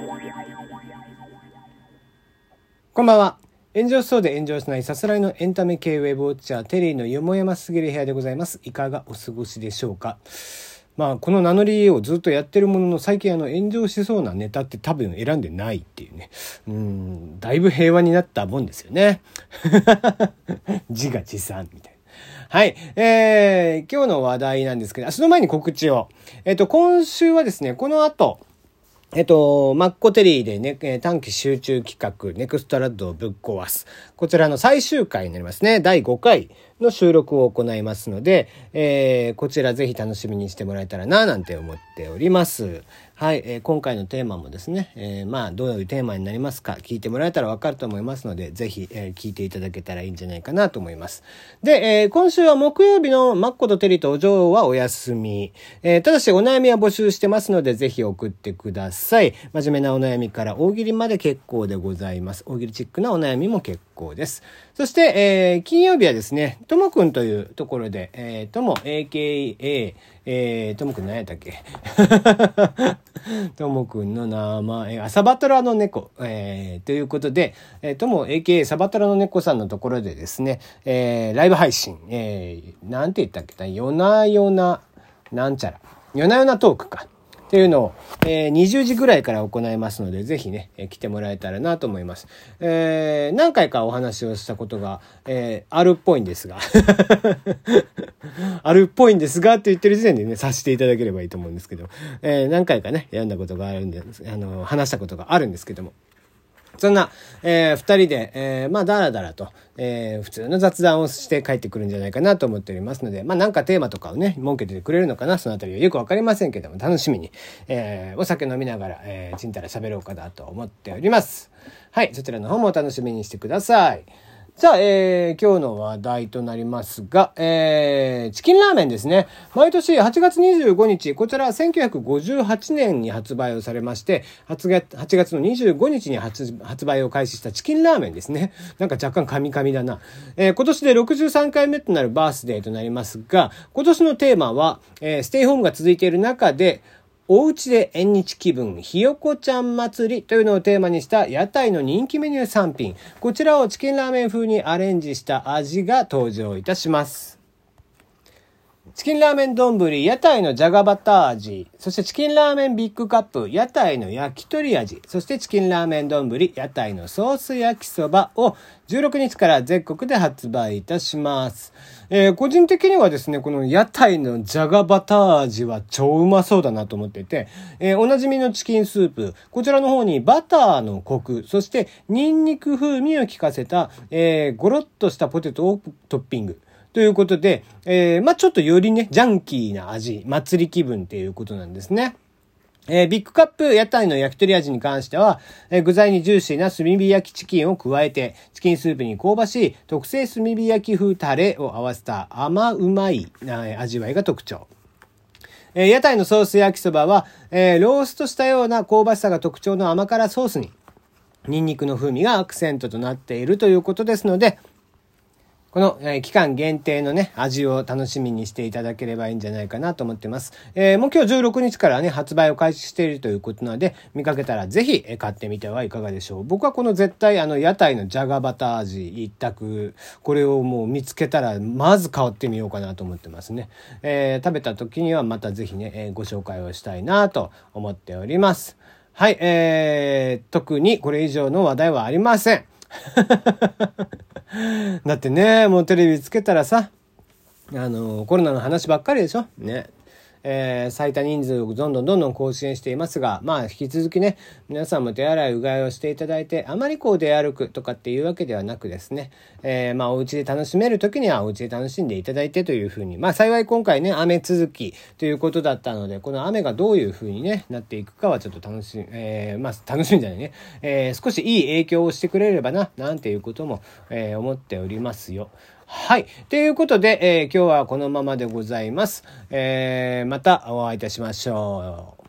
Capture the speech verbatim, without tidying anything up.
こんばんは。炎上しそうで炎上しないさすらいのエンタメ系ウェブウォッチャーテリーのよもやますぎる部屋でございます。いかがお過ごしでしょうか。まあこの名乗りをずっとやってるものの、最近あの炎上しそうなネタって多分選んでないっていうね、うーんだいぶ平和になったもんですよね。自画自賛みたいな。はい、えー、今日の話題なんですけど、その前に告知を。えっと今週はですね、この後えっと、マッコテリーでね、短期集中企画、ネクストラッドをぶっ壊す。こちらの最終回になりますね。だいごかいの収録を行いますので、えー、こちらぜひ楽しみにしてもらえたらな、なんて思っております。はい、えー、今回のテーマもですね、えー、まあ、どういうテーマになりますか、聞いてもらえたらわかると思いますので、ぜひ、えー、聞いていただけたらいいんじゃないかなと思います。で、えー、今週は木曜日のマッコとテリーとお嬢はお休み。えー、ただしお悩みは募集してますので、ぜひ送ってください。真面目なお悩みから大喜利まで結構でございます。大喜利チックなお悩みも結構です。そして、えー、金曜日はですね、ともくんというところで、えー、とも エーケーエー、えー、ともくん何やったっけともくんの名前、あ、サバトラの猫、えー、ということで、えー、とも エーケーエー サバトラの猫さんのところでですね、えー、ライブ配信、えー、なんて言ったっけな、夜な夜な、なんちゃら、夜な夜なトークか。っていうのを、えー、にじゅうじぐらいから行いますので、ぜひね、えー、来てもらえたらなと思います。えー、何回かお話をしたことが、えー、あるっぽいんですが、あるっぽいんですがって言ってる時点でね、させていただければいいと思うんですけど、えー、何回かね、読んだことがあるんで、あの、話したことがあるんですけども、そんな、えー、二人で、えー、まあ、だらだらと、えー、普通の雑談をして帰ってくるんじゃないかなと思っておりますので、まあ、なんかテーマとかをね、設けてくれるのかな、そのあたりはよくわかりませんけども、楽しみに、えー、お酒飲みながら、えー、ちんたら喋ろうかなと思っております。はい、そちらの方もお楽しみにしてください。じゃあ、えー、今日の話題となりますが、えー、チキンラーメンですね。毎年はちがつにじゅうごにち、こちらせんきゅうひゃくごじゅうはちねんに発売をされまして、はちがつのにじゅうごにちに 発, 発売を開始したチキンラーメンですね。なんか若干カミカミだな。えー、今年でろくじゅうさんかいめとなるバースデーとなりますが、今年のテーマは、えー、ステイホームが続いている中で、おうちで縁日気分ひよこちゃん祭りというのをテーマにした屋台の人気メニューさんぴん、こちらをチキンラーメン風にアレンジした味が登場いたします。チキンラーメン丼、屋台のじゃがバター味、そしてチキンラーメンビッグカップ、屋台の焼き鳥味、そしてチキンラーメン丼、屋台のソース焼きそばをじゅうろくにちから全国で発売いたします。えー、個人的にはですね、この屋台のじゃがバター味は超うまそうだなと思っていて、えー、おなじみのチキンスープ、こちらの方にバターのコク、そしてニンニク風味を効かせた、えー、ゴロッとしたポテトをトッピング。ということで、えー、まあちょっとよりね、ジャンキーな味、祭り気分っていうことなんですね。えー、ビッグカップ屋台の焼き鳥味に関しては、えー、具材にジューシーな炭火焼きチキンを加えて、チキンスープに香ばしい特製炭火焼き風タレを合わせた甘うまい、えー、味わいが特徴。えー、屋台のソース焼きそばは、えー、ローストしたような香ばしさが特徴の甘辛ソースに、ニンニクの風味がアクセントとなっているということですので、この、えー、期間限定のね、味を楽しみにしていただければいいんじゃないかなと思ってます。えー、もう今日じゅうろくにちからね、発売を開始しているということなので、見かけたらぜひ、えー、買ってみてはいかがでしょう。僕はこの絶対、あの、屋台のじゃがバター味一択、これをもう見つけたら、まず買ってみようかなと思ってますね。えー、食べた時にはまたぜひね、えー、ご紹介をしたいなと思っております。はい、えー、特にこれ以上の話題はありません。だってね、もうテレビつけたらさ、あのコロナの話ばっかりでしょね。えー、最多人数をどんどんどんどん更新していますが、まあ引き続きね、皆さんも手洗いうがいをしていただいて、あまりこう出歩くとかっていうわけではなくですね、えー、まあお家で楽しめる時にはお家で楽しんでいただいてというふうに、まあ幸い今回ね、雨続きということだったので、この雨がどういうふうにね、なっていくかはちょっと楽しみ、えー、まあ楽しみじゃないね、えー、少しいい影響をしてくれればな、なんていうことも、えー、思っておりますよ。はい。ということで、えー、今日はこのままでございます。えー、またお会いいたしましょう。